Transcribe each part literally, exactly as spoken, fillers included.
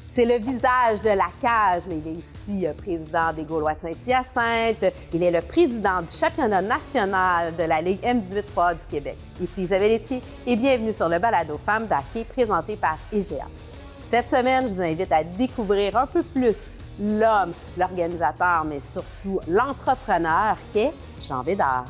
C'est le visage de la cage, mais il est aussi euh, président des Gaulois de Saint-Hyacinthe. Il est le président du championnat national de la Ligue M dix-huit trois A du Québec. Ici Isabelle Etier et bienvenue sur le balado Femmes d'hockey présenté par I G A. Cette semaine, je vous invite à découvrir un peu plus l'homme, l'organisateur, mais surtout l'entrepreneur qu'est Jean Bédard.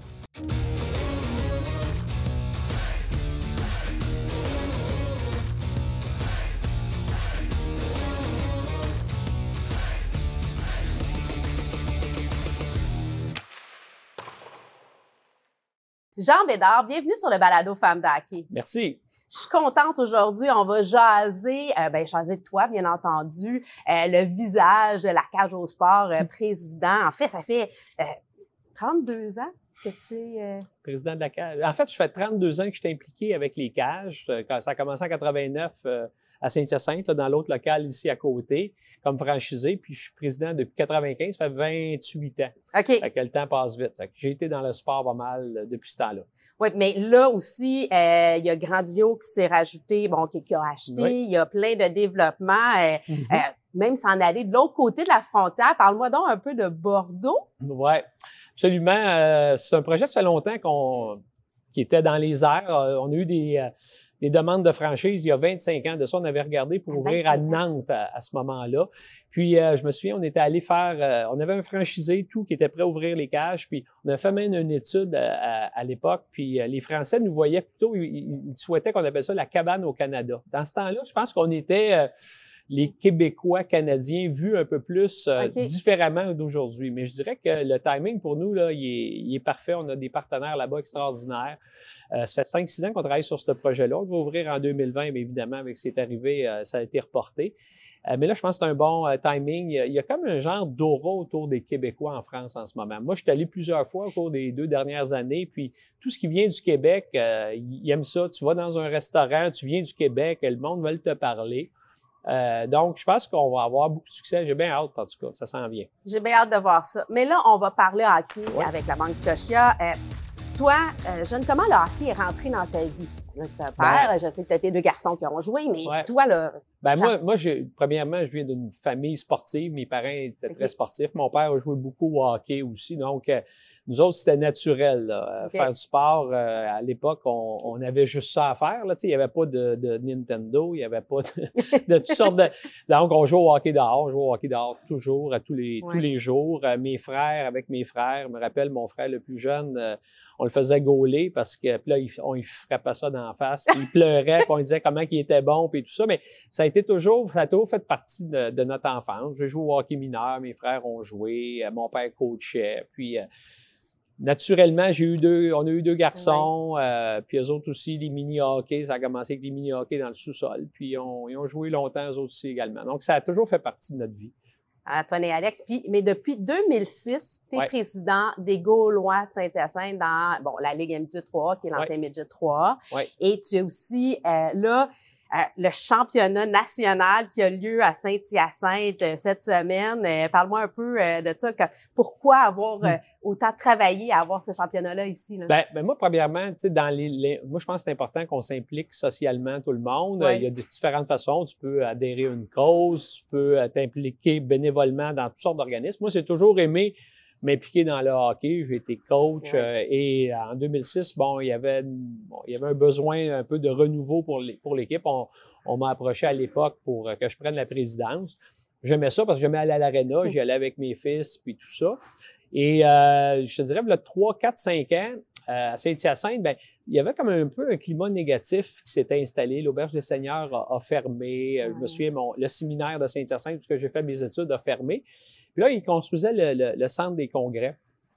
Jean Bédard, bienvenue sur le balado Femmes d'hockey. Merci. Je suis contente aujourd'hui. On va jaser, euh, ben jaser de toi, bien entendu, euh, le visage de la cage au sport, euh, président. En fait, ça fait euh, trente-deux ans que tu es... Euh... Président de la cage. En fait, je fais trente-deux ans que je suis impliqué avec les cages. Ça a commencé en quatre-vingt-neuf euh, à Saint-Hyacinthe, là, dans l'autre local ici à côté, comme franchisé. Puis je suis président depuis quatre-vingt-quinze, ça fait vingt-huit ans. OK. Fait que le temps passe vite. Fait que j'ai été dans le sport pas mal euh, depuis ce temps-là. Oui, mais là aussi, euh, il y a Grandio qui s'est rajouté, bon, qui, qui a acheté. Oui. Il y a plein de développement. Euh, Mm-hmm. euh, même s'en aller de l'autre côté de la frontière. Parle-moi donc un peu de Bordeaux. Oui, absolument. Euh, c'est un projet, ça fait longtemps qu'on qui était dans les airs. Euh, on a eu des, euh, des demandes de franchise il y a vingt-cinq ans. De ça, on avait regardé pour ouvrir à Nantes à, à ce moment-là. Puis, euh, je me souviens, on était allé faire... Euh, on avait un franchisé, tout, qui était prêt à ouvrir les cages. Puis, on a fait même une étude à, à, à l'époque. Puis, euh, les Français nous voyaient plutôt... Ils, ils souhaitaient qu'on appelle ça la cabane au Canada. Dans ce temps-là, je pense qu'on était... Euh, les Québécois, Canadiens, vus un peu plus euh, Okay. différemment d'aujourd'hui. Mais je dirais que le timing pour nous, là, il est, il est parfait. On a des partenaires là-bas extraordinaires. Euh, ça fait cinq six ans qu'on travaille sur ce projet-là. On va ouvrir en deux mille vingt, mais évidemment, avec ce qui est arrivé, euh, ça a été reporté. Euh, mais là, je pense que c'est un bon euh, timing. Il y, a, il y a comme un genre d'aura autour des Québécois en France en ce moment. Moi, je suis allé plusieurs fois au cours des deux dernières années, puis tout ce qui vient du Québec, euh, ils aiment ça. Tu vas dans un restaurant, tu viens du Québec, le monde veut te parler. Euh, donc, je pense qu'on va avoir beaucoup de succès. J'ai bien hâte, en tout cas. Ça s'en vient. J'ai bien hâte de voir ça. Mais là, on va parler hockey Ouais. avec la Banque Scotia. Euh, toi, euh, jeune, comment le hockey est rentré dans ta vie? Là, tu as un père, Ben, je sais que tu as tes deux garçons qui ont joué, mais ouais. toi, là... Ben Jean. moi, moi j'ai, premièrement, je viens d'une famille sportive. Mes parents étaient Okay. très sportifs. Mon père a joué beaucoup au hockey aussi. Donc, euh, nous autres, c'était naturel. Là. Okay. Faire du sport, euh, à l'époque, on, on avait juste ça à faire. Là. Tu sais, il n'y avait pas de, de Nintendo, il n'y avait pas de, de toutes sortes de... Donc, on joue au hockey dehors. On joue au hockey dehors toujours, à tous les, Ouais. tous les jours. Euh, mes frères, avec mes frères, je me rappelle, mon frère le plus jeune, euh, on le faisait gauler parce que puis là, il, on lui frappait ça d'en face. Puis il pleurait, puis on lui disait comment il était bon, puis tout ça. Mais ça a été toujours, ça a toujours fait partie de, de notre enfance. J'ai joué au hockey mineur, mes frères ont joué, mon père coachait. Puis, euh, naturellement, j'ai eu deux, on a eu deux garçons, ouais. euh, puis eux autres aussi, les mini-hockey. Ça a commencé avec les mini-hockey dans le sous-sol. Puis, on, ils ont joué longtemps, eux autres aussi également. Donc, ça a toujours fait partie de notre vie. Antoine et Alex. Puis, mais depuis deux mille six, tu es Ouais. président des Gaulois de Saint-Hyacinthe dans bon, la Ligue M dix-huit trois A, qui est l'ancien Ouais. Midget trois A. Ouais. Et tu es aussi euh, là... Euh, le championnat national qui a lieu à Saint-Hyacinthe euh, cette semaine. Euh, parle-moi un peu euh, de ça. Que, pourquoi avoir euh, autant travaillé à avoir ce championnat-là ici? Là? Ben, ben moi, premièrement, tu sais, dans les, les, moi, je pense que c'est important qu'on s'implique socialement, tout le monde. Ouais. Il y a de différentes façons. Tu peux adhérer à une cause, tu peux t'impliquer bénévolement dans toutes sortes d'organismes. Moi, j'ai toujours aimé m'impliquer dans le hockey. J'ai été coach ouais. euh, et en deux mille six, bon, il y avait, bon, il y avait un besoin un peu de renouveau pour les, pour l'équipe. On, on m'a approché à l'époque pour que je prenne la présidence. J'aimais ça parce que j'aimais aller à l'aréna, j'y allais avec mes fils puis tout ça. Et euh, je te dirais, il y a trois, quatre, cinq ans, euh, à Saint-Hyacinthe, ben, il y avait comme un peu un climat négatif qui s'était installé. L'Auberge des Seigneurs a, a fermé. Ouais. Je me souviens, mon, le séminaire de Saint-Hyacinthe, où j'ai fait mes études, a fermé. Puis là, ils construisaient le, le, le centre des congrès.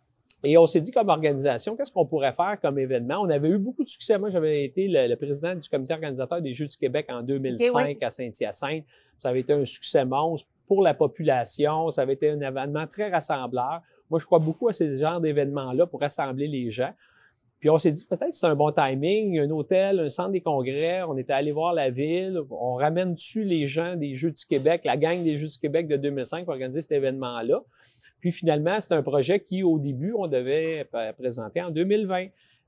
Et on s'est dit comme organisation, qu'est-ce qu'on pourrait faire comme événement? On avait eu beaucoup de succès. Moi, j'avais été le, le président du comité organisateur des Jeux du Québec en deux mille cinq okay, oui. à Saint-Hyacinthe. Ça avait été un succès monstre pour la population. Ça avait été un événement très rassembleur. Moi, je crois beaucoup à ces genres d'événements-là pour rassembler les gens. Puis on s'est dit, peut-être que c'est un bon timing, un hôtel, un centre des congrès, on était allé voir la ville, on ramène dessus les gens des Jeux du Québec, la gang des Jeux du Québec de deux mille cinq pour organiser cet événement-là. Puis finalement, c'est un projet qui, au début, on devait présenter en deux mille vingt.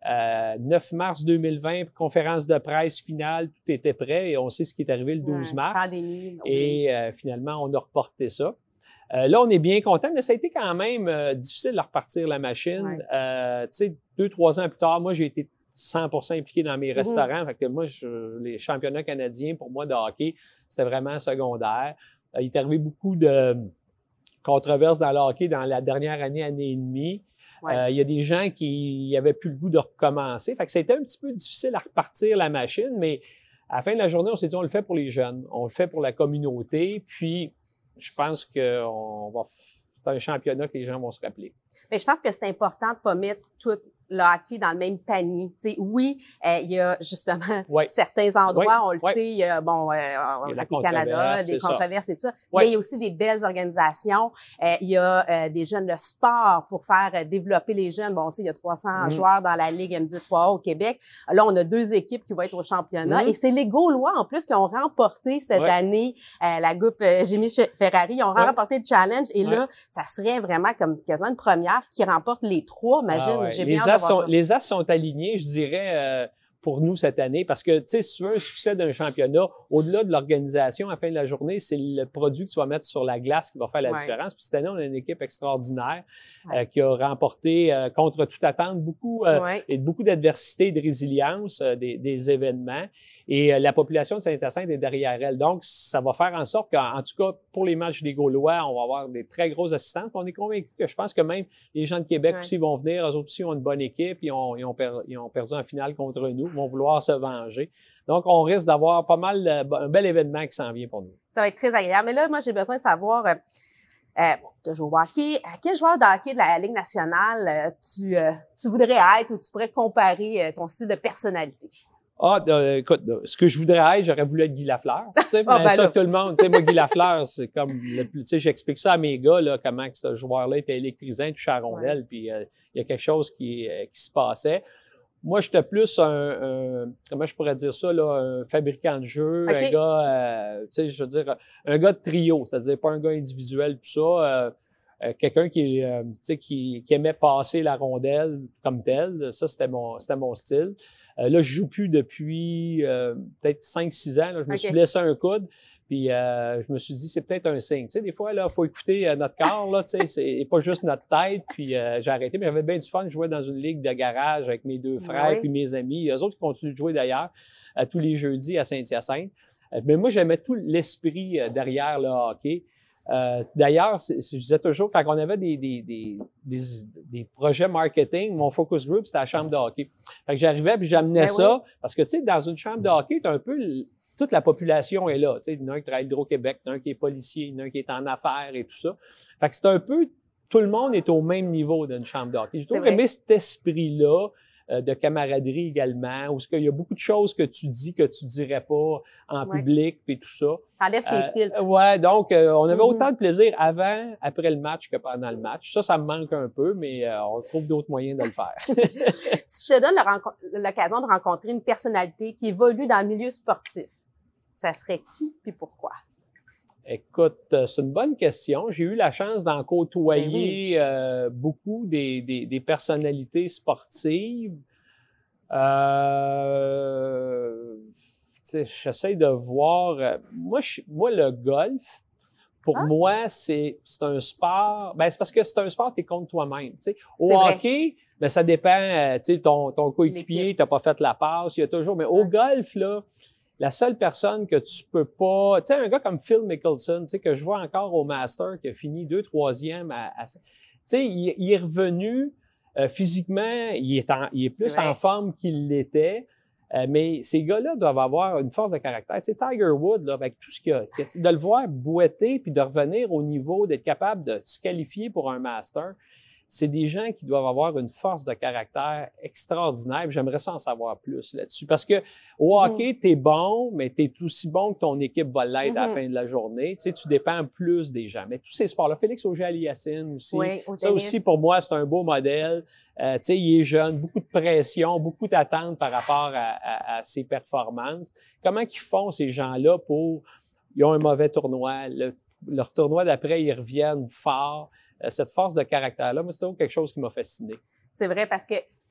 Euh, neuf mars deux mille vingt, conférence de presse finale, tout était prêt et on sait ce qui est arrivé le douze mars. Pandémie. Et euh, finalement, on a reporté ça. Euh, là, on est bien content, mais ça a été quand même euh, difficile de repartir la machine. Ouais. Euh, tu sais, deux, trois ans plus tard, moi, j'ai été cent pour cent impliqué dans mes restaurants. Mm-hmm. Fait que moi, je, les championnats canadiens, pour moi, de hockey, c'était vraiment secondaire. Euh, il est arrivé beaucoup de controverses dans le hockey dans la dernière année, année et demie. Ouais. Euh, il y a des gens qui n'avaient plus le goût de recommencer. Fait que c'était un petit peu difficile à repartir la machine, mais à la fin de la journée, on s'est dit, on le fait pour les jeunes, on le fait pour la communauté, puis je pense que on va, c'est un championnat que les gens vont se rappeler. Mais je pense que c'est important de pas mettre tout le hockey dans le même panier. Tu sais, oui, euh, il y a justement ouais. certains endroits, ouais. on le ouais. sait, il y a, bon, euh, il y a Hockey Canada, des controverses et tout ça, ouais. mais il y a aussi des belles organisations. Euh, il y a euh, des jeunes de sport pour faire euh, développer les jeunes. Bon, on sait, il y a trois cents mmh. joueurs dans la Ligue M dix-huit trois A au Québec. Là, on a deux équipes qui vont être au championnat mmh. et c'est les Gaulois, en plus, qui ont remporté cette ouais. année euh, la Coupe euh, Jimmy Ferrari. Ils ont ouais. remporté le challenge et ouais. là, ça serait vraiment comme quasiment une première qui remporte les trois. Imagine, ah ouais. j'ai les bien hâte de voir sont, ça. Les As sont alignés, je dirais, euh, pour nous cette année, parce que, tu sais, si tu veux un succès d'un championnat, au-delà de l'organisation, à la fin de la journée, c'est le produit que tu vas mettre sur la glace qui va faire la ouais. différence. Puis cette année, on a une équipe extraordinaire ouais. euh, qui a remporté, euh, contre toute attente, beaucoup euh, ouais. et beaucoup d'adversité et de résilience euh, des, des événements. Et euh, la population de Saint-Hyacinthe est derrière elle. Donc, ça va faire en sorte qu'en tout cas, pour les matchs des Gaulois, on va avoir des très grosses assistantes. On est convaincus que je pense que même les gens de Québec ouais. aussi vont venir. Eux autres aussi ont une bonne équipe. Ils ont, ils ont, per, ils ont perdu en finale contre nous. Ils vont vouloir se venger. Donc, on risque d'avoir pas mal, un bel événement qui s'en vient pour nous. Ça va être très agréable. Mais là, moi, j'ai besoin de savoir, euh, euh, bon, tu joues au hockey. À quel joueur de hockey de la Ligue nationale euh, tu, euh, tu voudrais être ou tu pourrais comparer euh, ton style de personnalité? Ah, euh, écoute, ce que je voudrais être, j'aurais voulu être Guy Lafleur. Tu sais, oh, mais ben ça, là. Tout le monde, tu sais, moi, Guy Lafleur, c'est comme le plus, tu sais, j'explique ça à mes gars, là, comment que ce joueur-là était électrisant, touché à la rondelle, ouais. puis il euh, y a quelque chose qui, euh, qui se passait. Moi, j'étais plus un, un, comment je pourrais dire ça, là, un fabricant de jeux, okay. un gars, euh, tu sais, je veux dire, un gars de trio, c'est-à-dire pas un gars individuel, tout ça. Euh, Euh, quelqu'un qui, euh, qui, qui aimait passer la rondelle comme tel. Ça, c'était mon, c'était mon style. Euh, là, je joue plus depuis euh, peut-être cinq six ans. Là. Je me okay. suis blessé un coude. Puis euh, je me suis dit, c'est peut-être un signe. Tu sais, des fois, il faut écouter euh, notre corps, là, tu sais, c'est pas juste notre tête. Puis euh, j'ai arrêté, mais j'avais bien du fun. Je jouais dans une ligue de garage avec mes deux frères oui. puis mes amis. Eux autres qui continuent de jouer d'ailleurs euh, tous les jeudis à Saint-Hyacinthe. Euh, mais moi, j'aimais tout l'esprit euh, derrière le hockey. Euh, d'ailleurs, je disais toujours, quand on avait des, des, des, des, des projets marketing, mon focus group, c'était la chambre de hockey. Fait que j'arrivais puis j'amenais ben ça, oui. parce que, tu sais, dans une chambre de hockey, t'as un peu, toute la population est là. Tu sais, il y en a un qui travaille Hydro-Québec, il y en a un qui est policier, il y en a un qui est en affaires et tout ça. Fait que c'est un peu, tout le monde est au même niveau d'une chambre de hockey. J'ai toujours aimé cet esprit-là, euh, de camaraderie également, où il y a beaucoup de choses que tu dis que tu dirais pas en ouais. public et tout ça. Enlève tes euh, filtres. Ouais, donc euh, on avait mm-hmm. autant de plaisir avant, après le match que pendant le match. Ça, ça me manque un peu, mais euh, on trouve d'autres moyens de le faire. Si je te donne l'occasion de rencontrer une personnalité qui évolue dans le milieu sportif, ça serait qui et pourquoi? Écoute, c'est une bonne question. J'ai eu la chance d'en côtoyer oui. euh, beaucoup des, des, des personnalités sportives. Euh, j'essaie de voir. Euh, moi, je, moi, le golf, pour ah. moi, c'est un sport. Ben, c'est parce que c'est un sport, tu es contre toi-même. Au hockey, ben, ça dépend. Euh, ton, ton coéquipier, tu n'as pas fait la passe. Il y a toujours. Mais au golf, là. La seule personne que tu peux pas... Tu sais, un gars comme Phil Mickelson, tu sais, que je vois encore au Master, qui a fini deux, troisième à... à tu sais, il, il est revenu euh, physiquement, il est, en, il est plus en forme qu'il l'était, euh, mais ces gars-là doivent avoir une force de caractère. Tu sais, Tiger Woods, là, avec tout ce qu'il a... De le voir boiter puis de revenir au niveau d'être capable de se qualifier pour un Master, c'est des gens qui doivent avoir une force de caractère extraordinaire. J'aimerais ça en savoir plus là-dessus. Parce que au hockey, mm. t'es bon, mais t'es aussi bon que ton équipe va l'être mm-hmm. à la fin de la journée. Tu sais, tu dépends plus des gens. Mais tous ces sports-là, Félix Auger-Aliassime aussi, oui, ça aussi, pour moi, c'est un beau modèle. Euh, tu sais, il est jeune, beaucoup de pression, beaucoup d'attentes par rapport à, à, à ses performances. Comment qu'ils font, ces gens-là, pour... Ils ont un mauvais tournoi. Le, leur tournoi d'après, ils reviennent fort. Cette force de caractère-là, moi, c'est toujours quelque chose qui m'a fasciné. C'est vrai, parce que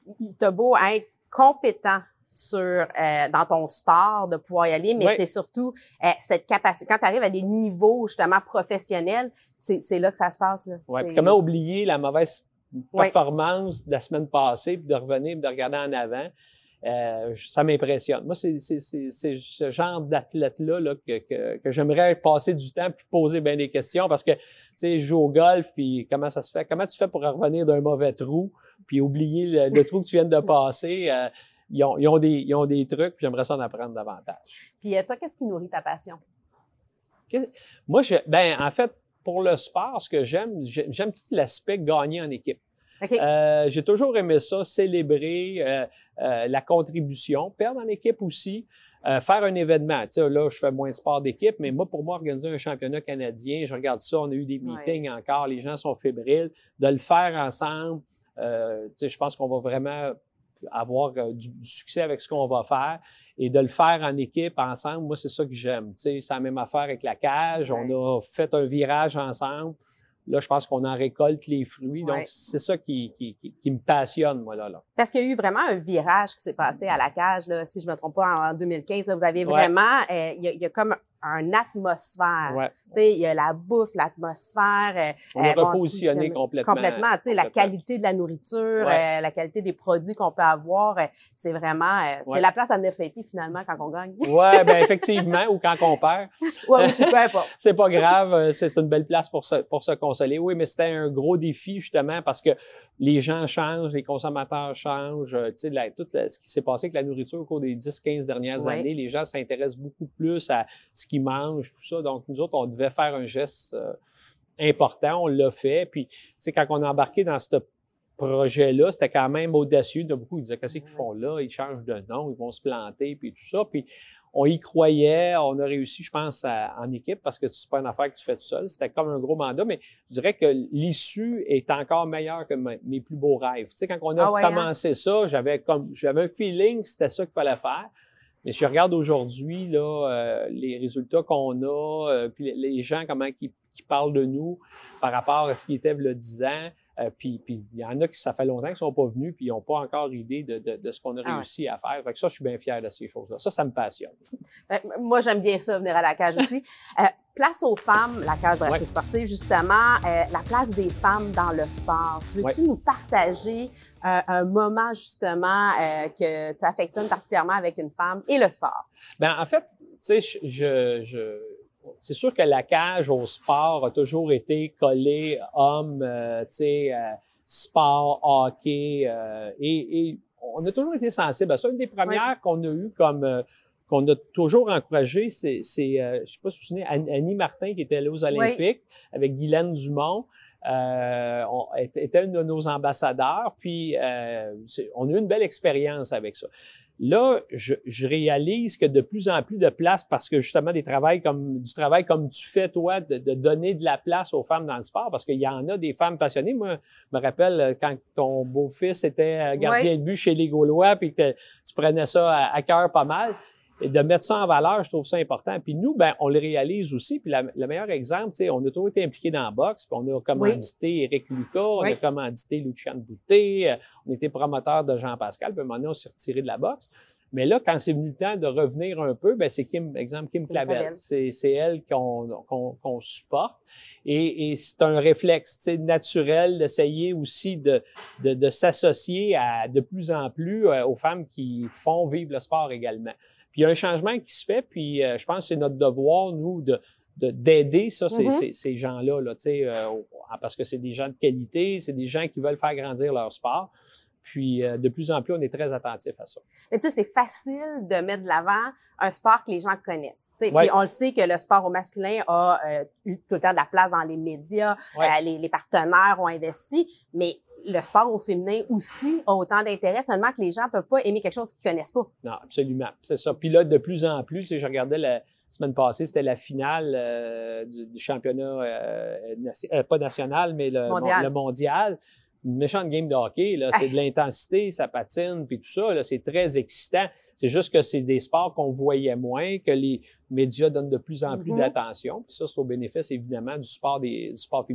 t'as beau être compétent sur euh, dans ton sport, de pouvoir y aller, mais oui. c'est surtout euh, cette capacité. Quand tu arrives à des niveaux justement professionnels, c'est, c'est là que ça se passe. Là. Ouais, puis comment oublier la mauvaise performance ouais. de la semaine passée, puis de revenir, puis de regarder en avant. Euh, ça m'impressionne. Moi, c'est, c'est, c'est, c'est ce genre d'athlète-là là, que, que, que j'aimerais passer du temps puis poser bien des questions parce que, tu sais, je joue au golf puis comment ça se fait? Comment tu fais pour revenir d'un mauvais trou puis oublier le, le trou que tu viens de passer? Euh, ils, ont, ils, ont des, ils ont des trucs puis j'aimerais ça en apprendre davantage. Puis euh, toi, qu'est-ce qui nourrit ta passion? Qu'est-ce, moi, je, ben en fait, pour le sport, ce que j'aime, j'aime tout l'aspect gagner en équipe. Okay. Euh, j'ai toujours aimé ça, célébrer euh, euh, la contribution, perdre en équipe aussi, euh, faire un événement. Tu sais, là, je fais moins de sport d'équipe, mais moi, pour moi, organiser un championnat canadien, je regarde ça, on a eu des meetings ouais. encore, les gens sont fébriles, de le faire ensemble, euh, tu sais, je pense qu'on va vraiment avoir euh, du, du succès avec ce qu'on va faire et de le faire en équipe, ensemble, moi, c'est ça que j'aime. Tu sais, c'est la même affaire avec la cage, ouais. on a fait un virage ensemble. Là, je pense qu'on en récolte les fruits. Ouais. Donc, c'est ça qui, qui, qui, qui me passionne, moi, là, là. Parce qu'il y a eu vraiment un virage qui s'est passé à la cage, là, si je me trompe pas, en deux mille quinze. Là, vous avez vraiment... Ouais. Euh, il, y a, il y a comme une atmosphère. Ouais. Tu sais, il y a la bouffe, l'atmosphère. Euh, on a euh, repositionné bon, complètement. Complètement. Tu sais, la qualité de la nourriture, ouais. euh, la qualité des produits qu'on peut avoir, euh, c'est vraiment... Euh, c'est ouais. la place à venir fêter, finalement, quand on gagne. Oui, bien, effectivement, ou quand on perd. Oui, oui, c'est peu importe. C'est pas grave, c'est, c'est une belle place pour se, pour se consoler. Oui, mais c'était un gros défi, justement, parce que les gens changent, les consommateurs changent. Tu sais, la, tout la, ce qui s'est passé avec la nourriture au cours des dix quinze dernières ouais. années, les gens s'intéressent beaucoup plus à ce qu'ils mangent, tout ça. Donc, nous autres, on devait faire un geste euh, important, on l'a fait. Puis, tu sais, quand on a embarqué dans ce projet-là, c'était quand même audacieux. De beaucoup, ils disaient, qu'est-ce qu'ils font là? Ils changent de nom, ils vont se planter, puis tout ça. Puis, on y croyait, on a réussi, je pense, à, en équipe, parce que c'est pas une affaire que tu fais tout seul. C'était comme un gros mandat, mais je dirais que l'issue est encore meilleure que mes, mes plus beaux rêves. Tu sais, quand on a ah ouais, commencé hein? ça, j'avais comme, j'avais un feeling que c'était ça qu'il fallait faire. Mais si je regarde aujourd'hui, là, euh, les résultats qu'on a, euh, puis les gens, comment qui, qui parlent de nous par rapport à ce qui était il y a dix ans, euh, puis il y en a qui, ça fait longtemps qu'ils sont pas venus, puis ils n'ont pas encore idée de, de, de ce qu'on a ah réussi ouais. à faire. Fait que ça, je suis bien fier de ces choses-là. Ça, ça me passionne. Euh, moi, j'aime bien ça, venir à la cage aussi. euh, place aux femmes, la cage brassée ouais. sportive, justement, euh, la place des femmes dans le sport. Tu veux-tu ouais. nous partager euh, un moment, justement, euh, que tu affectionnes particulièrement avec une femme et le sport? Bien, en fait, tu sais, je... je, je... c'est sûr que la cage au sport a toujours été collée homme, euh, tu sais, euh, sport, hockey, euh, et, et on a toujours été sensible à ça. Une des premières oui. qu'on a eues comme euh, qu'on a toujours encouragé, c'est, c'est euh, je sais pas si vous vous souvenez, Annie Martin qui était allée aux Olympiques oui. avec Guylaine Dumont. Euh, on, était une de nos ambassadeurs, puis euh, on a eu une belle expérience avec ça. Là, je, je réalise que de plus en plus de place, parce que justement des travails comme du travail comme tu fais toi, de, de donner de la place aux femmes dans le sport, parce qu'il y en a des femmes passionnées. Moi, je me rappelle quand ton beau-fils était gardien oui. de but chez les Gaulois, puis que tu prenais ça à, à cœur pas mal. Et de mettre ça en valeur, je trouve ça important. Puis nous, ben, on le réalise aussi. Puis la, le meilleur exemple, tu sais, on a toujours été impliqués dans la boxe. Puis on a commandité oui. Éric Lucas, on oui. a commandité Luciane Boutet, euh, on était promoteur de Jean-Pascal. Puis à un moment donné, on s'est retiré de la boxe. Mais là, quand c'est venu le temps de revenir un peu, ben c'est Kim, exemple, Kim Clavel. C'est, c'est elle qu'on, qu'on, qu'on supporte. Et, et c'est un réflexe, tu sais, naturel d'essayer aussi de, de, de s'associer à de plus en plus euh, aux femmes qui font vivre le sport également. Puis il y a un changement qui se fait, puis euh, je pense que c'est notre devoir, nous, de, de d'aider ça, ces, mm-hmm. ces, ces gens-là, là, tu sais, euh, parce que c'est des gens de qualité, c'est des gens qui veulent faire grandir leur sport. Puis euh, de plus en plus, on est très attentifs à ça. Mais tu sais, c'est facile de mettre de l'avant un sport que les gens connaissent. Tu sais, ouais. Puis on le sait que le sport au masculin a euh, eu tout le temps de la place dans les médias, ouais. euh, les, les partenaires ont investi, mais le sport au féminin aussi a autant d'intérêt, seulement que les gens peuvent pas aimer quelque chose qu'ils connaissent pas. Non, absolument. C'est ça. Puis là, de plus en plus, tu sais, je regardais la semaine passée, c'était la finale euh, du, du championnat, euh, nation, euh, pas national, mais le mondial. Le mondial. C'est une méchante game de hockey, là. C'est de l'intensité, ça patine, puis tout ça, là. C'est très excitant. C'est juste que c'est des sports qu'on voyait moins, que les médias donnent de plus en plus mm-hmm. d'attention. Puis ça, c'est au bénéfice, évidemment, du sport des, du sport féminin.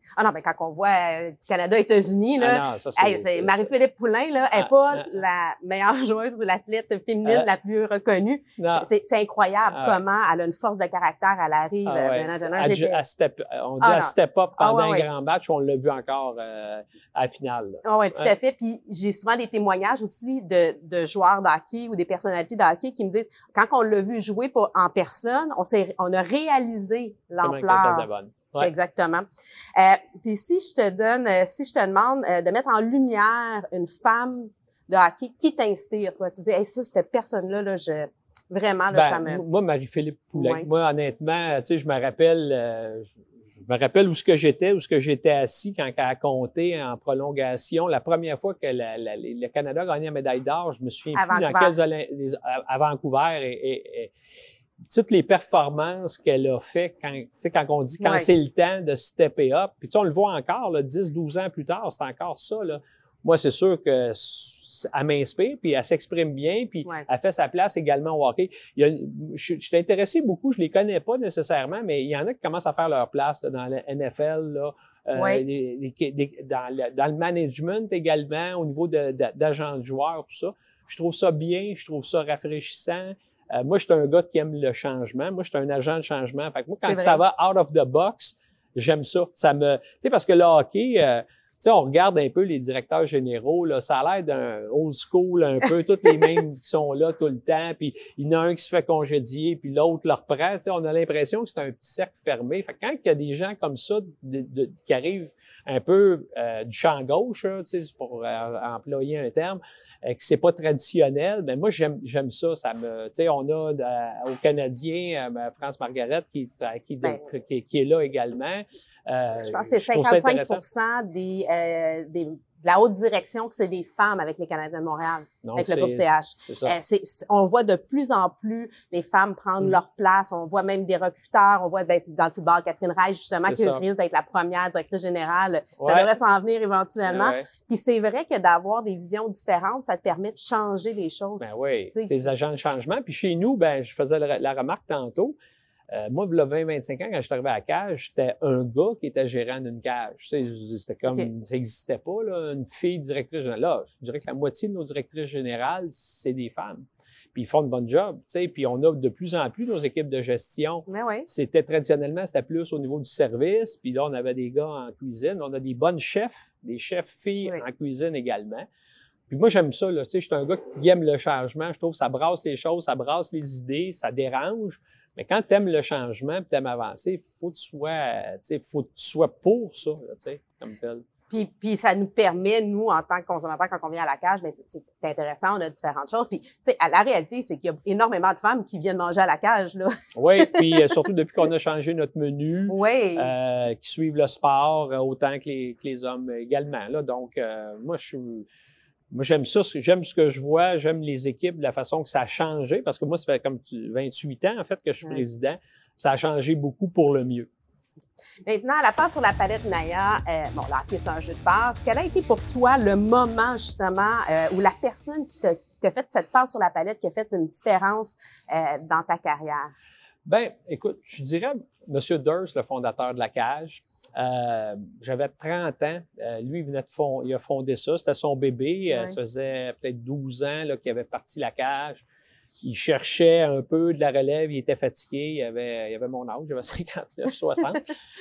Ah non, mais quand on voit euh, Canada-États-Unis, là, Ah non, ça, c'est, hey, c'est c'est, Marie-Philippe Poulin, là, elle n'est Ah, pas ah, la meilleure joueuse ou l'athlète féminine Ah, la plus reconnue. non. C'est, c'est, c'est incroyable Ah, comment elle a une force de caractère, elle arrive. Ah ouais. Brenna Jenner, À, j'étais... à step, on dit Ah à non. step up Ah pendant ouais, un ouais. grand match, on l'a vu encore euh, à la finale. là. Ah oui, tout Ouais. à fait. Puis j'ai souvent des témoignages aussi de, de joueurs de hockey ou des personnalités de hockey qui me disent, quand on l'a vu jouer pour, en personne, on s'est, on a réalisé Comment l'ampleur. qu'elle était bonne. C'est Ouais. exactement. Euh, puis si je te donne, euh, si je te demande euh, de mettre en lumière une femme de hockey, qui t'inspire, toi? Tu dis, hey, ça, cette personne-là, là, je, vraiment, là, Ben, ça me... moi, Marie-Philippe Poulin, Ouais. moi, honnêtement, tu sais, je me rappelle, euh, je, je me rappelle où ce que j'étais, où ce que j'étais assis quand elle a compté en prolongation. La première fois que la, la, le Canada a gagné la médaille d'or, je me souviens À plus dans Vancouver. quelles Olymp- les- à, à Vancouver et, et, et toutes les performances qu'elle a fait quand, tu sais, quand on dit quand Ouais. c'est le temps de stepper up. Puis tu sais, on le voit encore, là, dix, douze ans plus tard, c'est encore ça, là. Moi, c'est sûr que elle m'inspire, puis elle s'exprime bien, puis Ouais. elle fait sa place également au hockey. Il y a, je, je suis intéressé beaucoup, je les connais pas nécessairement, mais il y en a qui commencent à faire leur place là, dans la N F L, là, euh, Ouais. des, des, des, dans, le, dans le management également, au niveau de, de, d'agents de joueurs, tout ça. Je trouve ça bien, je trouve ça rafraîchissant. Euh, moi, je suis un gars qui aime le changement. Moi, je suis un agent de changement. Fait que moi, quand ça va out of the box, j'aime ça. Ça me, tu sais, parce que le hockey, euh, tu sais, on regarde un peu les directeurs généraux, là, ça a l'air d'un old school un peu, tous les mêmes qui sont là tout le temps, puis il y en a un qui se fait congédier, puis l'autre le reprend. Tu sais, on a l'impression que c'est un petit cercle fermé. Fait que quand il y a des gens comme ça de, de, qui arrivent un peu euh, du champ gauche, hein, tu sais, pour euh, employer un terme, euh, que c'est pas traditionnel, ben moi j'aime j'aime ça. Ça me, tu sais, on a euh, aux Canadiens euh, France Margaret qui, qui, Ben, qui, qui est là également. Euh, je pense que c'est cinquante-cinq pour cent des, euh, des, de la haute direction que c'est des femmes avec les Canadiens de Montréal, Donc, avec le groupe C H. C'est ça. Euh, c'est, c'est, on voit de plus en plus les femmes prendre Mm. leur place. On voit même des recruteurs. On voit ben, dans le football, Catherine Reich, justement, C'est qui ça. risque d'être la première directrice générale. Ouais. Ça devrait s'en venir éventuellement. Ouais. Puis c'est vrai que d'avoir des visions différentes, ça te permet de changer les choses. Ben oui, Tu sais, c'est des agents de changement. Puis chez nous, ben je faisais la, la remarque tantôt. Euh, moi, il y a vingt, vingt-cinq ans, quand je suis arrivé à la cage, j'étais un gars qui était gérant d'une cage. Tu sais, c'était comme, Okay. ça n'existait pas, là, une fille directrice générale. Là, je dirais que la moitié de nos directrices générales, c'est des femmes. Puis ils font de bon job, tu sais. Puis on a de plus en plus nos équipes de gestion. Mais oui. C'était traditionnellement, c'était plus au niveau du service. Puis là, on avait des gars en cuisine. On a des bonnes chefs, des chefs filles Oui. en cuisine également. Puis moi, j'aime ça, là. Tu sais, je suis un gars qui aime le changement. Je trouve que ça brasse les choses, ça brasse les idées, ça dérange. Mais quand tu aimes le changement et tu aimes avancer, faut que tu sois, tu sais, faut que tu sois pour ça, là, tu sais, comme tel. Puis, puis ça nous permet, nous, en tant que consommateurs, quand on vient à la cage, mais c'est, c'est intéressant, on a différentes choses. Puis, tu sais, la réalité, c'est qu'il y a énormément de femmes qui viennent manger à la cage, là. Oui, puis euh, surtout depuis qu'on a changé notre menu, Oui. euh, qui suivent le sport euh, autant que les, que les hommes également, là. Donc, euh, moi, je suis... Moi, j'aime ça, j'aime ce que je vois, j'aime les équipes, de la façon que ça a changé, parce que moi, ça fait comme vingt-huit ans, en fait, que je suis Ouais. président. Ça a changé beaucoup pour le mieux. Maintenant, la passe sur la palette, Naya, euh, bon, le hockey, c'est un jeu de passe. Quel a été pour toi le moment, justement, euh, où la personne qui t'a, qui t'a fait cette passe sur la palette, qui a fait une différence euh, dans ta carrière? Ben, écoute, je dirais, M. Durst, le fondateur de la cage, euh, j'avais trente ans. Euh, lui, il venait de fond, il a fondé ça. C'était son bébé. Ouais. Euh, ça faisait peut-être douze ans là, qu'il avait parti la cage. Il cherchait un peu de la relève. Il était fatigué. Il avait, il avait mon âge. J'avais cinquante-neuf, soixante.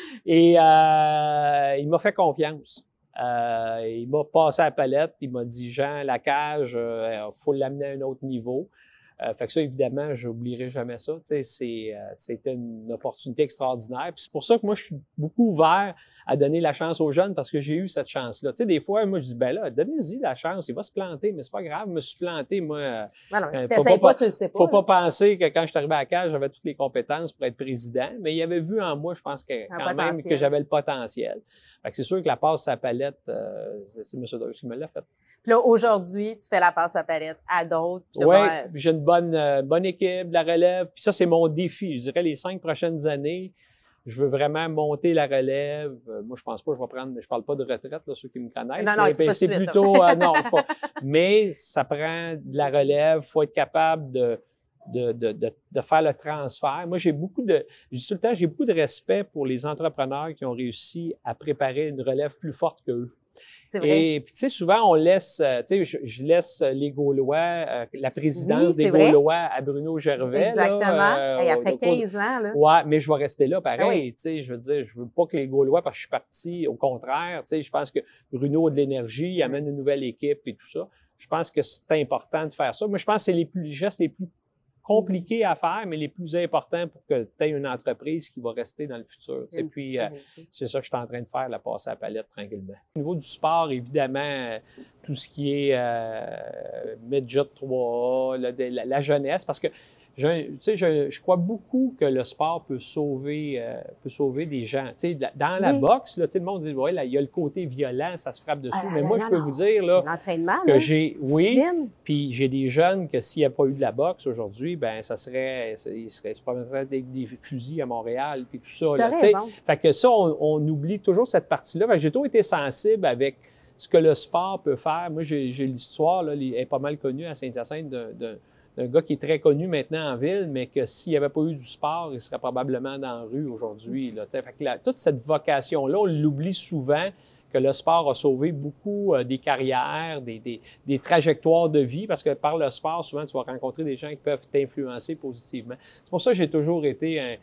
Et euh, il m'a fait confiance. Euh, il m'a passé à la palette. Il m'a dit, Jean, la cage, il euh, faut l'amener à un autre niveau. Euh, fait que ça, évidemment, j'oublierai jamais ça. Tu sais, c'est, euh, c'était une opportunité extraordinaire. Puis c'est pour ça que moi, je suis beaucoup ouvert à donner la chance aux jeunes parce que j'ai eu cette chance-là. Tu sais, des fois, moi, je dis, ben là, donnez-y la chance. Il va se planter, mais c'est pas grave. Je me suis planté, moi. Euh, Non, non, si faut t'essayes pas- pas, tu le sais pas. faut là. pas penser que quand je suis arrivé à la cage, j'avais toutes les compétences pour être président. Mais il avait vu en moi, je pense que Un quand même potentiel. que j'avais le potentiel. Fait que c'est sûr que la passe à la palette, euh, c'est, c'est M. Durst qui me l'a fait. Puis là, aujourd'hui, tu fais la passe à palette à d'autres. puis Oui, là, j'ai une bonne, euh, bonne équipe, de la relève. Puis ça, c'est mon défi. Je dirais les cinq prochaines années, je veux vraiment monter la relève. Euh, moi, je pense pas que je vais prendre, je parle pas de retraite, là, ceux qui me connaissent. Non, non, mais, c'est pas c'est tout de suite, plutôt, euh, non, c'est pas. Mais ça prend de la relève. Faut être capable de, de, de, de, de faire le transfert. Moi, j'ai beaucoup de, je dis tout le temps, j'ai beaucoup de respect pour les entrepreneurs qui ont réussi à préparer une relève plus forte qu'eux. C'est vrai. Et puis, tu sais, souvent, on laisse, tu sais, je, je laisse les Gaulois, euh, la présidence oui, des vrai. Gaulois à Bruno Gervais. Exactement. Là, euh, Et après quinze ans, là. Ouais, mais je vais rester là pareil. Oui. Tu sais, je veux dire, je veux pas que les Gaulois, parce que je suis parti, au contraire, tu sais, je pense que Bruno a de l'énergie, il amène une nouvelle équipe et tout ça. Je pense que c'est important de faire ça. Moi, je pense que c'est les plus, les gestes les plus compliqués à faire, mais les plus importants pour que tu aies une entreprise qui va rester dans le futur. Tu sais. Puis, euh, c'est ça que je suis en train de faire, la passer à la palette tranquillement. Au niveau du sport, évidemment, tout ce qui est euh, Midget trois A, là, de, la, la jeunesse, parce que je, tu sais, je, je crois beaucoup que le sport peut sauver, euh, peut sauver des gens. Tu sais, dans la oui. boxe, là, tu sais, le monde dit, ouais, là, il y a le côté violent, ça se frappe dessus. Ah, mais là, moi, là, je peux non, vous dire là, l'entraînement, que là, j'ai, oui, discipline. puis j'ai des jeunes que s'il n'y a pas eu de la boxe aujourd'hui, ben ça serait, ils seraient probablement des, des fusils à Montréal, puis tout ça. T'as Là, raison. fait que ça, on, on oublie toujours cette partie-là. Fait que j'ai toujours été sensible avec ce que le sport peut faire. Moi, j'ai, j'ai l'histoire, là, elle est pas mal connue à Saint-Hyacinthe d'un, d'un d'un gars qui est très connu maintenant en ville, mais que s'il n'y avait pas eu du sport, il serait probablement dans la rue aujourd'hui. Là, fait que la, toute cette vocation-là, on l'oublie souvent, que le sport a sauvé beaucoup euh, des carrières, des, des, des trajectoires de vie, parce que par le sport, souvent, tu vas rencontrer des gens qui peuvent t'influencer positivement. C'est pour ça que j'ai toujours été un...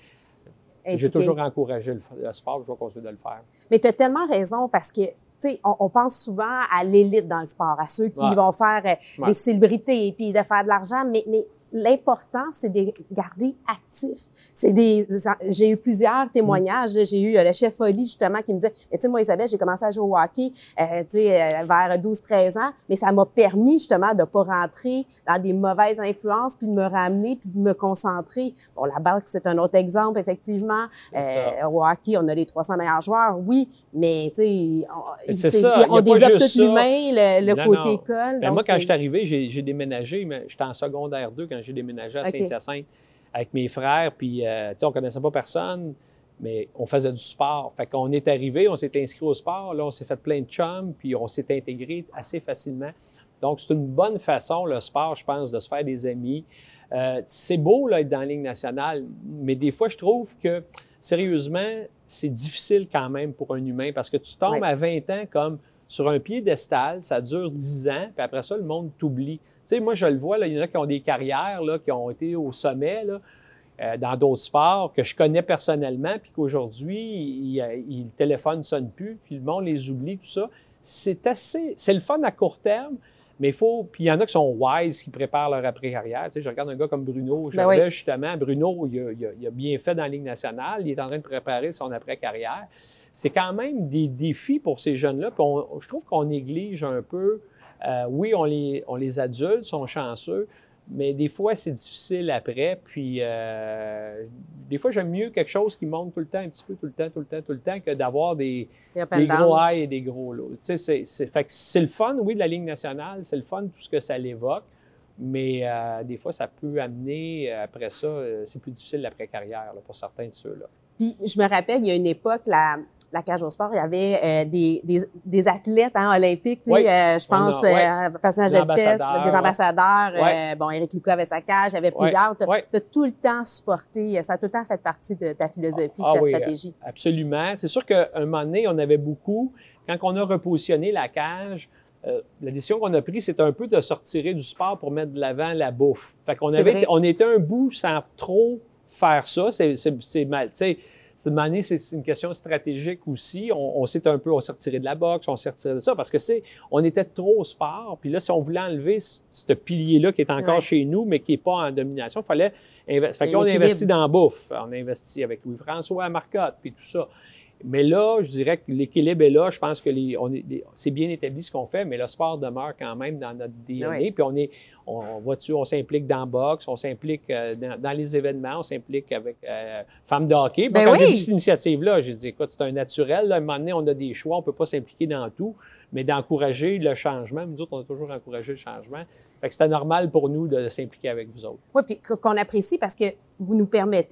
J'ai toujours encouragé le, le sport, je vais continuer de le faire. Mais tu as tellement raison, parce que tu sais, on, on pense souvent à l'élite dans le sport, à ceux qui ouais. vont faire euh, ouais. des célébrités puis de faire de l'argent, mais, mais l'important, c'est de garder actif. C'est des, j'ai eu plusieurs témoignages. Mmh. J'ai eu le chef Oli, justement, qui me disait, mais tu sais, moi, Isabelle, j'ai commencé à jouer au hockey, euh, tu sais, euh, vers douze treize ans, mais ça m'a permis, justement, de pas rentrer dans des mauvaises influences, puis de me ramener, puis de me concentrer. Bon, la boxe, c'est un autre exemple, effectivement. Euh, au hockey, on a les trois cents meilleurs joueurs, oui, mais tu sais, on, ça, on développe tout ça. l'humain, le, le non, côté non. école. Ben moi, quand je suis arrivé, j'ai, j'ai déménagé, mais j'étais en secondaire deux quand j'ai déménagé à okay. Saint-Hyacinthe avec mes frères, puis euh, tu sais, on connaissait pas personne, mais on faisait du sport. Fait qu'on est arrivé, on s'est inscrit au sport, là, on s'est fait plein de chums, puis on s'est intégré assez facilement. Donc, c'est une bonne façon, le sport, je pense, de se faire des amis. Euh, c'est beau, là, être dans la Ligue nationale, mais des fois, je trouve que, sérieusement, c'est difficile quand même pour un humain, parce que tu tombes ouais. à vingt ans comme sur un piédestal, ça dure dix ans, puis après ça, le monde t'oublie. Tu sais, moi, je le vois, là, il y en a qui ont des carrières, là, qui ont été au sommet, là, euh, dans d'autres sports que je connais personnellement, puis qu'aujourd'hui, ils, ils, le téléphone ne sonne plus, puis le monde les oublie, tout ça. C'est assez... C'est le fun à court terme, mais il faut... Puis il y en a qui sont wise, qui préparent leur après-carrière. Tu sais, je regarde un gars comme Bruno. Je ben oui. justement, Bruno, il a, il, a, il a bien fait dans la Ligue nationale. Il est en train de préparer son après-carrière. C'est quand même des défis pour ces jeunes-là, puis on, je trouve qu'on néglige un peu... Euh, oui, on les, on les adulte, sont chanceux, mais des fois, c'est difficile après. Puis, euh, des fois, j'aime mieux quelque chose qui monte tout le temps, un petit peu, tout le temps, tout le temps, tout le temps, que d'avoir des, des gros highs et des gros lows. Tu sais, c'est, c'est, fait que c'est le fun, oui, de la Ligue nationale, c'est le fun, tout ce que ça l'évoque, mais euh, des fois, ça peut amener, après ça, c'est plus difficile l'après-carrière là, pour certains de ceux-là. Puis, je me rappelle, il y a une époque, la... la cage au sport, il y avait euh, des, des, des athlètes hein, olympiques, tu sais, oui, euh, je pense, a, ouais. euh, personnage de vitesse, des ambassadeurs. Ouais. Euh, bon, Éric Lucas avait sa cage, il y avait plusieurs. Tu as ouais. tout le temps supporté, ça a tout le temps fait partie de ta philosophie, ah, de ta oui, stratégie. Absolument. C'est sûr qu'à un moment donné, on avait beaucoup. Quand on a repositionné la cage, euh, la décision qu'on a prise, c'est un peu de sortir du sport pour mettre de l'avant la bouffe. Fait qu'on avait, on était un bout sans trop faire ça. C'est, c'est, c'est mal, tu sais. Cette année, c'est une question stratégique aussi. On, on s'est un peu, on s'est retiré de la boxe, on s'est retiré de ça parce que c'est, on était trop au sport. Puis là, si on voulait enlever ce, ce pilier-là qui est encore ouais. chez nous, mais qui n'est pas en domination, il fallait investir. Fait qu'on a investi dans la bouffe. On a investi avec Louis-François à Marcotte, puis tout ça. Mais là, je dirais que l'équilibre est là. Je pense que les, on est, les, c'est bien établi ce qu'on fait, mais le sport demeure quand même dans notre D N A. Oui. Puis on est, on, on voit dessus, on s'implique dans la boxe, on s'implique euh, dans, dans les événements, on s'implique avec euh, Femmes de hockey. Ben quand oui. j'ai vu cette initiative-là, j'ai dit, écoute, c'est un naturel. Là, à un moment donné, on a des choix, on ne peut pas s'impliquer dans tout, mais d'encourager le changement. Nous autres, on a toujours encouragé le changement. Fait que c'était normal pour nous de s'impliquer avec vous autres. Oui, puis qu'on apprécie parce que vous nous permettez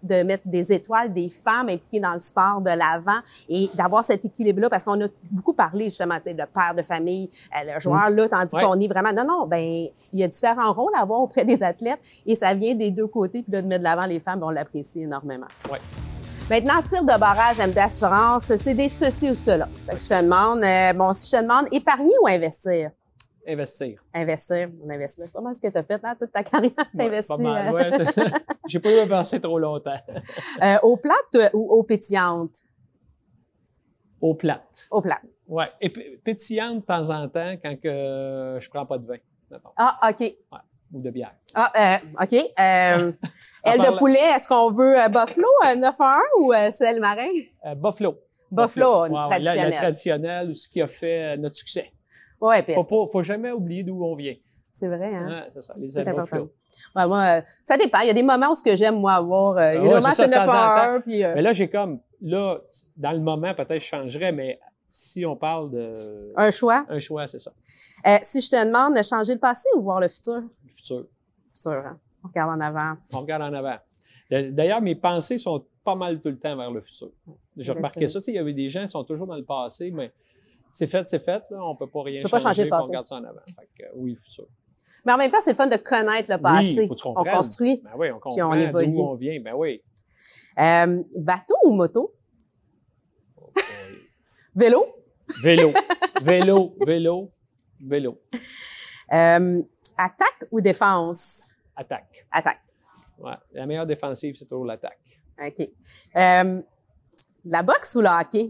de mettre des étoiles, des femmes impliquées dans le sport de l'avant et d'avoir cet équilibre-là, parce qu'on a beaucoup parlé justement, tu sais, le père de famille, le joueur là, tandis ouais. qu'on est vraiment, non, non, ben il y a différents rôles à avoir auprès des athlètes et ça vient des deux côtés, puis là, de mettre de l'avant les femmes, on l'apprécie énormément. Ouais. Maintenant, tir de barrage, M D Assurance, c'est des ceci ou cela. Fait que je te demande, euh, bon, si je te demande, épargner ou investir? Investir. Investir, on investit. C'est pas mal ce que tu as fait, là, toute ta carrière, t'as investi. Pas mal, euh... ouais, c'est ça. J'ai pas eu à penser trop longtemps. euh, eau plate ou eau pétillante? Eau plate. Eau plate. Ouais. Et p- pétillante de temps en temps quand que euh, je prends pas de vin, mettons. Ah, OK. Ouais. Ou de bière. Ah, euh, OK. Euh, aile de parlant... poulet, est-ce qu'on veut euh, Buffalo, euh, neuf un un ou euh, celle marin? Euh, Buffalo. Buffalo, une ouais, traditionnelle. La, la traditionnelle, ou ce qui a fait euh, notre succès. Ouais, puis Faut pas, faut jamais oublier d'où on vient. c'est vrai, hein? Ouais, c'est ça, les C'est ailes important. Buffalo. Ouais, moi, euh, ça dépend. Il y a des moments où ce que j'aime, moi, avoir... Euh, il y a ouais, des moments, c'est ça, c'est de temps neuf en un un, temps. puis... Euh, Mais là, j'ai comme, là, dans le moment, peut-être je changerais, mais si on parle de... un choix. Un choix, c'est ça. Euh, si je te demande de changer le passé ou voir le futur? Le futur. Futur, hein? On regarde en avant. On regarde en avant. D'ailleurs, mes pensées sont pas mal tout le temps vers le futur. J'ai remarqué ça. Tu sais, il y avait des gens qui sont toujours dans le passé, mais c'est fait, c'est fait. Là. On peut pas rien on peut pas changer changer, le passé. on regarde ça en avant. Fait que, oui, le futur. Mais en même temps, c'est le fun de connaître le passé. Oui, faut que tu on comprennes. construit. Ben oui, on comprend Puis on évolue. d'où on vient. Ben oui. Euh, bateau ou moto? Oh, boy. Vélo? Vélo. Vélo, vélo, vélo. Euh, attaque ou défense? Attaque. Attaque. Ouais. La meilleure défensive, c'est toujours l'attaque. OK. Euh, la boxe ou le hockey?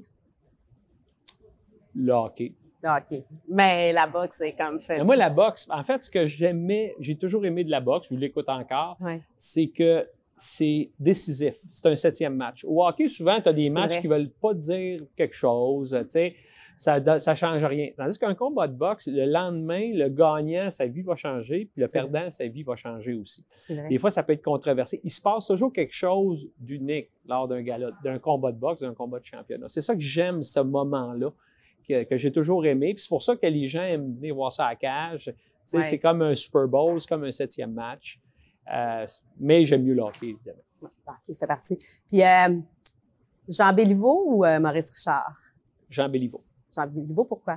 Le hockey. Le hockey. Mais la boxe, c'est comme fait. Mais moi, la boxe, en fait, ce que j'aimais, j'ai toujours aimé de la boxe, je l'écoute encore, Ouais. c'est que c'est décisif. C'est un septième match. Au hockey, souvent, tu as des C'est matchs vrai. qui veulent pas dire quelque chose, tu sais, ça do- ça change rien. Tandis qu'un combat de boxe, le lendemain, le gagnant, sa vie va changer, puis le C'est perdant, sa vie va changer aussi. C'est vrai. Des fois, ça peut être controversé. Il se passe toujours quelque chose d'unique lors d'un gala, d'un combat de boxe, d'un combat de championnat. C'est ça que j'aime, ce moment-là, que, que j'ai toujours aimé. Puis c'est pour ça que les gens aiment venir voir ça à la cage. Tu sais, Ouais. c'est comme un Super Bowl, c'est comme un septième match. Euh, mais j'aime mieux le hockey, évidemment. OK, c'est parti. Puis, euh, Jean Béliveau ou euh, Maurice Richard? Jean Béliveau. Jean Béliveau, pourquoi?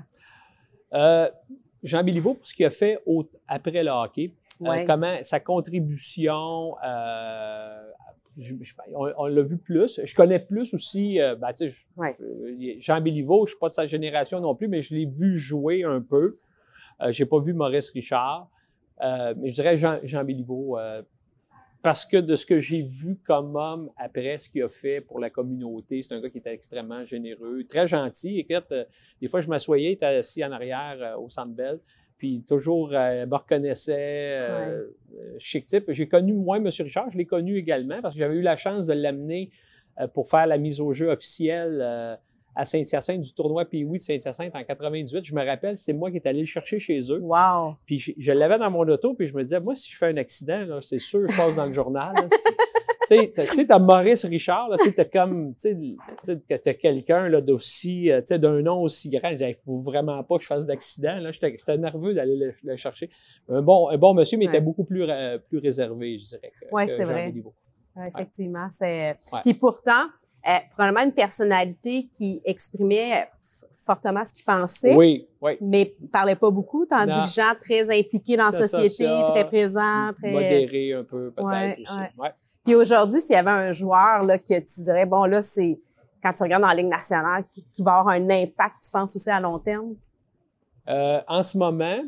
Euh, Jean Béliveau, pour ce qu'il a fait au, après le hockey, Ouais. euh, comment sa contribution, euh, je- je- on, on l'a vu plus. Je connais plus aussi, euh, ben, tu sais, je- Ouais. euh, Jean Béliveau, je suis pas de sa génération non plus, mais je l'ai vu jouer un peu. Euh, j'ai pas vu Maurice Richard, euh, mais je dirais Jean, Jean Béliveau, euh, parce que de ce que j'ai vu comme homme après ce qu'il a fait pour la communauté, c'est un gars qui était extrêmement généreux, très gentil. Écoute, euh, des fois, je m'assoyais, il était assis en arrière euh, au Centre Bell, puis toujours euh, me reconnaissait, euh, euh, chic type. J'ai connu, moi, M. Richard, je l'ai connu également parce que j'avais eu la chance de l'amener euh, pour faire la mise au jeu officielle euh, à Saint-Hyacinthe, du tournoi Pee Wee de Saint-Hyacinthe en quatre-vingt-dix-huit. Je me rappelle, c'est moi qui est allé le chercher chez eux. Wow! Puis je, je l'avais dans mon auto, puis je me disais, moi, si je fais un accident, là, c'est sûr, je passe dans le journal. là. Tu sais, t'as- tu sais, t'as Maurice Richard, là, tu sais, t'as comme, tu sais, tu sais, que t'as quelqu'un là d'aussi, euh, tu sais, d'un nom aussi grand. Je disais, il faut vraiment pas que je fasse d'accident. Là, j'étais, j'étais nerveux d'aller le, le chercher. Un bon, un bon monsieur, mais il Ouais. était beaucoup plus, euh, plus réservé, je dirais. Que, Ouais, que c'est Jean vrai. Béliveau. Ouais, effectivement, c'est. Ouais. Puis pourtant, euh, probablement une personnalité qui exprimait euh, f- fortement ce qu'il pensait, Oui, oui. mais parlait pas beaucoup, tandis Non. que Jean très impliqué dans la Très société, social, très présent, très. Modéré un peu, peut-être Ouais, aussi. ouais. Ouais. Puis aujourd'hui, s'il y avait un joueur là que tu dirais, bon là, c'est quand tu regardes dans la Ligue nationale, qui, qui va avoir un impact, tu penses aussi à long terme? Euh, en ce moment,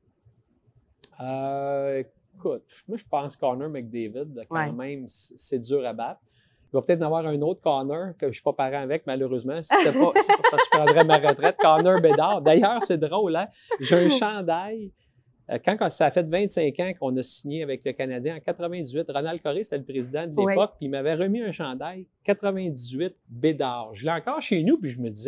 euh, écoute, moi, je pense Connor McDavid, quand Ouais. même, c- c'est dur à battre. Il va peut-être en avoir un autre Connor que je ne suis pas parent avec, malheureusement. Si c'était pas, c'est pas parce que je prendrais ma retraite. Connor Bedard. D'ailleurs, c'est drôle, hein? J'ai un chandail. Euh, Quand ça a fait vingt-cinq ans qu'on a signé avec le Canadien, en quatre-vingt-dix-huit, Ronald Coré, c'était le président de l'époque, Oui. puis il m'avait remis un chandail quatre-vingt-dix-huit Bédard. Je l'ai encore chez nous, puis je me disais,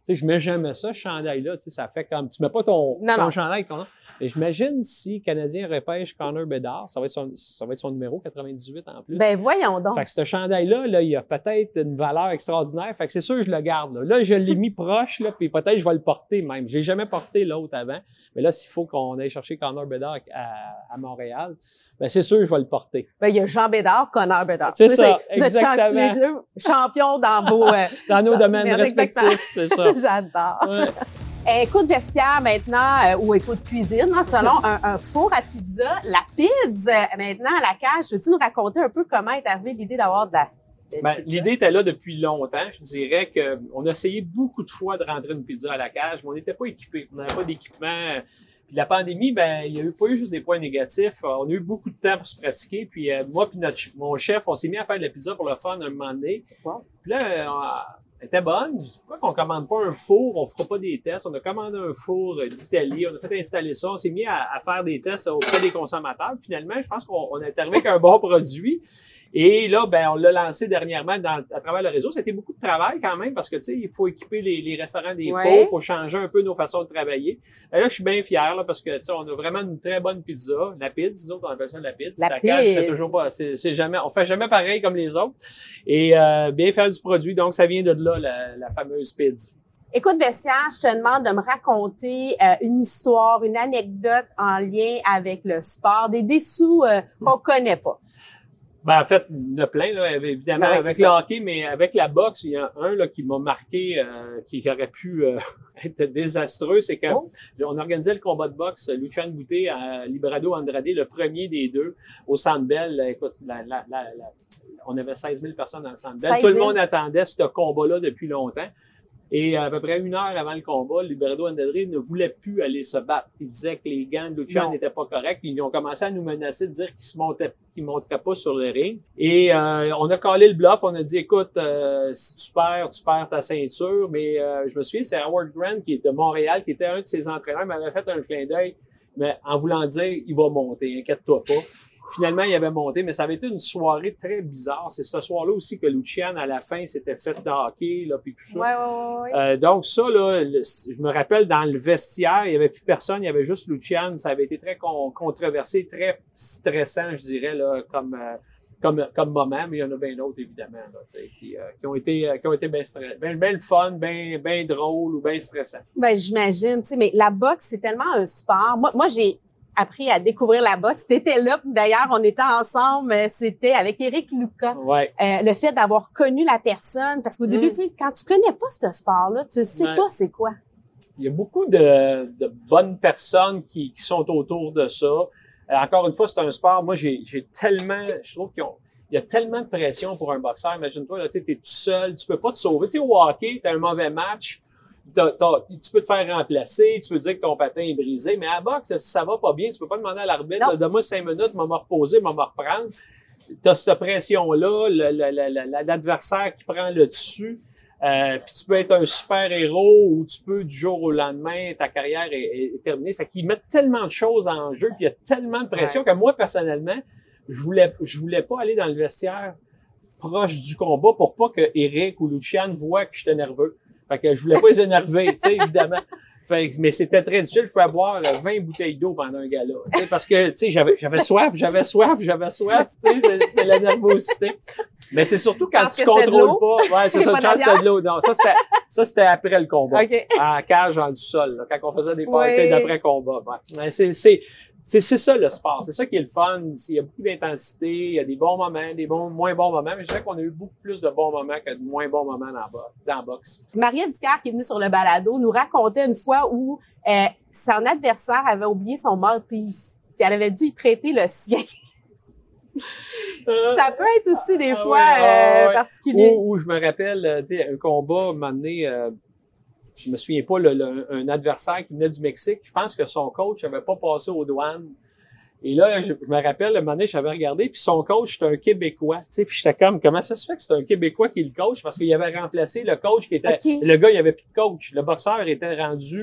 sais, je mets jamais ça, ce chandail-là. Tu sais, ça fait comme, tu mets pas ton, non, ton non. chandail avec ton nom. Et j'imagine si le Canadien repêche Connor Bedard, ça va être son, ça va être son numéro quatre-vingt-dix-huit en plus. Ben, voyons donc. Fait que ce chandail-là, là, il a peut-être une valeur extraordinaire. Fait que c'est sûr que je le garde, là. Là, je l'ai mis proche, là, puis peut-être je vais le porter même. J'ai jamais porté l'autre avant. Mais là, s'il faut qu'on aille chercher Connor Bedard à, à Montréal, ben, c'est sûr que je vais le porter. Ben, il y a Jean Bédard, Connor Bédard. C'est tu ça, sais, vous êtes champ- exactement. les deux champions dans vos... Euh, Dans nos domaines merde, respectifs, c'est ça. J'adore. Ouais. Écoute vestiaire maintenant, euh, ou écoute cuisine, hein, selon un, un four à pizza, la pizza, euh, maintenant à la cage. Veux-tu nous raconter un peu comment est arrivée l'idée d'avoir de la de Ben, pizza? l'idée était là depuis longtemps. Je dirais qu'on a essayé beaucoup de fois de rentrer une pizza à la cage, mais on n'était pas équipés. On n'avait pas d'équipement. Puis la pandémie, ben, il n'y a eu pas eu juste des points négatifs. On a eu beaucoup de temps pour se pratiquer. Puis euh, moi puis notre, mon chef, on s'est mis à faire de la pizza pour le fun un moment donné. Wow. Puis là, euh, elle était bonne. Je dis, pourquoi qu'on commande pas un four? On fera pas des tests. On a commandé un four d'Italie. On a fait installer ça. On s'est mis à, à faire des tests auprès des consommateurs. Puis finalement, je pense qu'on on est arrivé avec un bon produit. Et là, ben, on l'a lancé dernièrement dans, à travers le réseau. C'était beaucoup de travail quand même parce que, tu sais, il faut équiper les, les restaurants des Ouais. fours. Il faut changer un peu nos façons de travailler. Et là, je suis bien fier, là, parce que, tu sais, on a vraiment une très bonne pizza. La pizza, nous autres, on appelle ça la pizza. La cage, pizza. c'est toujours pas, c'est, c'est jamais, on fait jamais pareil comme les autres. Et, euh, bien faire du produit. Donc, ça vient de là, la, la fameuse pizza. Écoute vestiaire, je te demande de me raconter euh, une histoire, une anecdote en lien avec le sport, des dessous euh, qu'on connaît pas. Ben, en fait, il y en a plein, là, évidemment, Ouais, avec c'est le ça. hockey, mais avec la boxe, il y a un là, qui m'a marqué, euh, qui aurait pu euh, être désastreux, c'est quand Oh. on organisait le combat de boxe Lucian Boutet à Librado Andrade, le premier des deux, au Centre Bell. Écoute, la, la, la, la, on avait seize mille personnes dans le Centre Bell. seize Tout mille. le monde attendait ce combat-là depuis longtemps. Et à peu près une heure avant le combat, Liberado Andrade ne voulait plus aller se battre. Il disait que les gants de Lucian Non. n'étaient pas corrects. Ils ont commencé à nous menacer de dire qu'ils se montaient, qu'ils monteraient pas sur le ring. Et euh, on a collé le bluff. On a dit, écoute, euh, si tu perds, tu perds ta ceinture. Mais euh, je me souviens, c'est Howard Grant qui est de Montréal, qui était un de ses entraîneurs, m'avait fait un clin d'œil, mais en voulant dire, il va monter, inquiète-toi pas. Finalement, il avait monté, mais ça avait été une soirée très bizarre. C'est ce soir-là aussi que Lucian, à la fin, s'était fait de hockey, là, puis tout ça. Ouais, ouais, ouais. Euh, donc ça, là, le- je me rappelle dans le vestiaire, il y avait plus personne, il y avait juste Lucian. Ça avait été très con- controversé, très stressant, je dirais, là, comme euh, comme comme moment, mais il y en a bien d'autres, évidemment, là, tu sais, qui, euh, qui ont été euh, qui ont été bien stre- bien bien le fun, bien bien drôle ou bien stressant. Ben, j'imagine, tu sais, mais la boxe, c'est tellement un sport. Moi, moi, j'ai appris à découvrir la boxe. T'étais là, puis d'ailleurs, on était ensemble, euh, c'était avec Éric Lucas. Ouais. Euh, le fait d'avoir connu la personne, parce qu'au début, Mm. tu sais, quand tu connais pas ce sport-là, tu sais Ouais. pas c'est quoi. Il y a beaucoup de, de bonnes personnes qui, qui sont autour de ça. Euh, encore une fois, c'est un sport. Moi, j'ai, j'ai tellement, je trouve qu'il y a tellement de pression pour un boxeur. Imagine-toi, là, tu sais, t'es tout seul, tu peux pas te sauver. Tu sais, au hockey, t'as un mauvais match, t'as, t'as, tu peux te faire remplacer, tu peux dire que ton patin est brisé, mais à la boxe, si ça va pas bien, tu peux pas demander à l'arbitre, Non. là, donne-moi cinq minutes, m'en me reposer, m'en me reprendre. T'as cette pression-là, le, le, le, le, l'adversaire qui prend le dessus. Euh, puis tu peux être un super-héros ou tu peux, du jour au lendemain, ta carrière est, est, est terminée. Fait qu'ils mettent tellement de choses en jeu, puis il y a tellement de pression Ouais. que moi, personnellement, je voulais je voulais pas aller dans le vestiaire proche du combat pour pas que Eric ou Lucian voient que j'étais nerveux. Fait que je voulais pas les énerver, tu sais, évidemment. Fait que, mais c'était très difficile. Je pouvais boire vingt bouteilles d'eau pendant un gala. Tu sais, parce que, tu sais, j'avais, j'avais soif, j'avais soif, j'avais soif. Tu sais, c'est, c'est la nervosité. Mais c'est surtout quand Chance tu que c'était de contrôles l'eau. pas. Ouais, c'est ça, Pas une chance de la c'était de l'eau. Non, ça, c'était, ça, c'était après le combat. OK. En cage, en du sol, là, quand on faisait des parties Ouais. d'après combat. Ouais. C'est, c'est, c'est, c'est ça, le sport. C'est ça qui est le fun. Il y a beaucoup d'intensité. Il y a des bons moments, des bons, moins bons moments. Mais je dirais qu'on a eu beaucoup plus de bons moments que de moins bons moments dans, bo- dans la boxe. Marielle Dicard, qui est venue sur le balado, nous racontait une fois où euh, son adversaire avait oublié son mouthpiece. Puis elle avait dû y prêter le sien. Ça peut être aussi des Ah fois ouais, ah euh, ouais. particulier. Ou, ou je me rappelle, euh, tu sais, un combat, un moment donné, euh, je me souviens pas, le, le- un adversaire qui venait du Mexique, je pense que son coach avait pas passé aux douanes. Et là, je, je me rappelle, un moment donné, j'avais regardé, puis son coach, c'était un Québécois. Tu sais, puis j'étais comme, comment ça se fait que c'est un Québécois qui est le coach? Parce qu'il avait remplacé le coach qui était... Ok. Le gars, il avait plus de coach. Le boxeur était rendu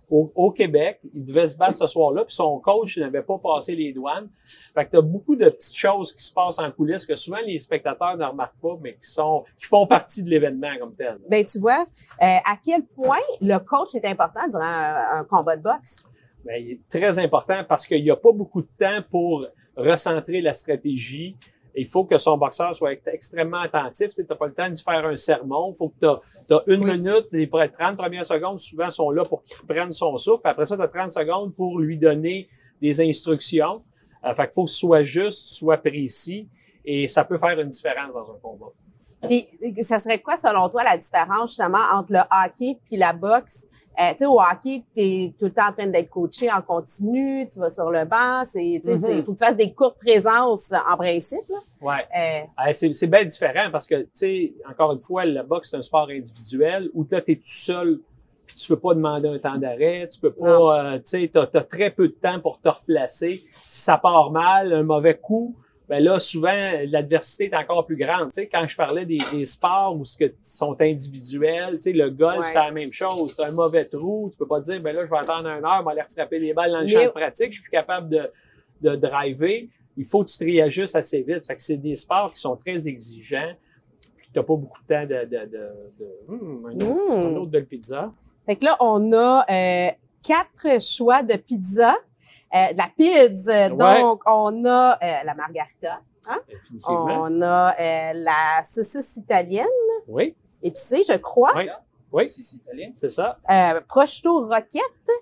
au, au Québec. Il devait se battre ce soir-là, puis son coach n'avait pas passé les douanes. Fait que t'as beaucoup de petites choses qui se passent en coulisses que souvent les spectateurs ne remarquent pas, mais qui sont qui font partie de l'événement comme tel. Ben tu vois, euh, à quel point le coach est important durant un, un combat de boxe? Ben, il est très important parce qu'il n'y a pas beaucoup de temps pour recentrer la stratégie. Il faut que son boxeur soit extrêmement attentif. Tu n'as pas le temps d'y faire un sermon. Il faut que tu as une oui. minute, les trente premières secondes souvent sont là pour qu'il reprenne son souffle. Après ça, tu as trente secondes pour lui donner des instructions. Euh, fait qu'il faut que ce soit juste, soit précis et ça peut faire une différence dans un combat. Et ça serait quoi, selon toi, la différence justement entre le hockey puis la boxe? Euh, tu sais, au hockey, t'es tout le temps en train d'être coaché en continu, tu vas sur le banc, c'est, tu sais, il faut que tu fasses des courtes présences en principe, là. Ouais. Euh, euh, c'est, c'est bien différent parce que, tu sais, encore une fois, le boxe, c'est un sport individuel où là, t'es tout seul puis tu peux pas demander un temps d'arrêt, tu peux pas, euh, tu sais, t'as, t'as très peu de temps pour te replacer. Si ça part mal, un mauvais coup, ben là, souvent, l'adversité est encore plus grande. Tu sais, quand je parlais des, des sports où ce que sont individuels, tu sais, le golf, ouais. c'est la même chose. T'as un mauvais trou, tu peux pas te dire, ben là, je vais attendre une heure, je vais aller frapper les balles dans le champ de pratique, je suis plus capable de, de driver. Il faut que tu te réajustes assez vite. Fait que c'est des sports qui sont très exigeants. Puis t'as pas beaucoup de temps de, de, de, de hum, un, autre, mmh. un autre belle pizza. Fait que là, on a, euh, quatre choix de pizza. Euh, de la pizza, ouais. donc on a euh, la margarita, hein? On a euh, la saucisse italienne, oui. épicée, je crois. Oui, oui. Saucisse italienne, c'est ça. Euh, prosciutto roquette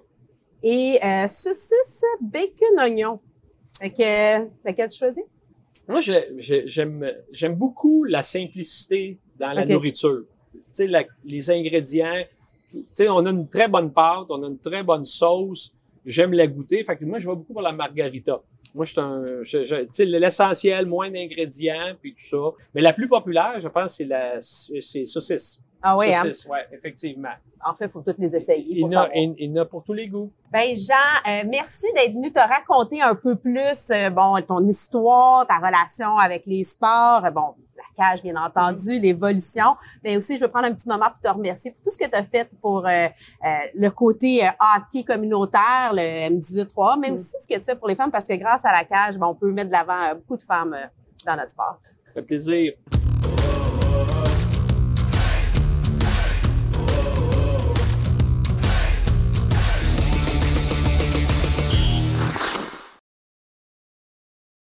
et euh, saucisse bacon oignon. Fait que, laquelle tu choisis? Moi, je, je, j'aime, j'aime beaucoup la simplicité dans la okay. nourriture. Tu sais, la, les ingrédients. Tu sais, on a une très bonne pâte, on a une très bonne sauce. J'aime la goûter. Fait que moi, je vais beaucoup pour la margarita. Moi, je suis un, je, je, tu sais, l'essentiel, moins d'ingrédients, puis tout ça. Mais la plus populaire, je pense, c'est la, c'est saucisse. Ah oui, saucisse, hein? ouais, effectivement. En fait, il faut toutes les essayer. Il y en a, il, il y en a pour tous les goûts. Ben, Jean, euh, merci d'être venu te raconter un peu plus, euh, bon, ton histoire, ta relation avec les sports, euh, bon, la cage, bien entendu, mmh. l'évolution. Mais aussi, je veux prendre un petit moment pour te remercier pour tout ce que tu as fait pour euh, euh, le côté euh, hockey communautaire, le M dix-huit trois, mais mmh. aussi ce que tu fais pour les femmes, parce que grâce à la cage, ben, on peut mettre de l'avant euh, beaucoup de femmes euh, dans notre sport. Ça fait plaisir.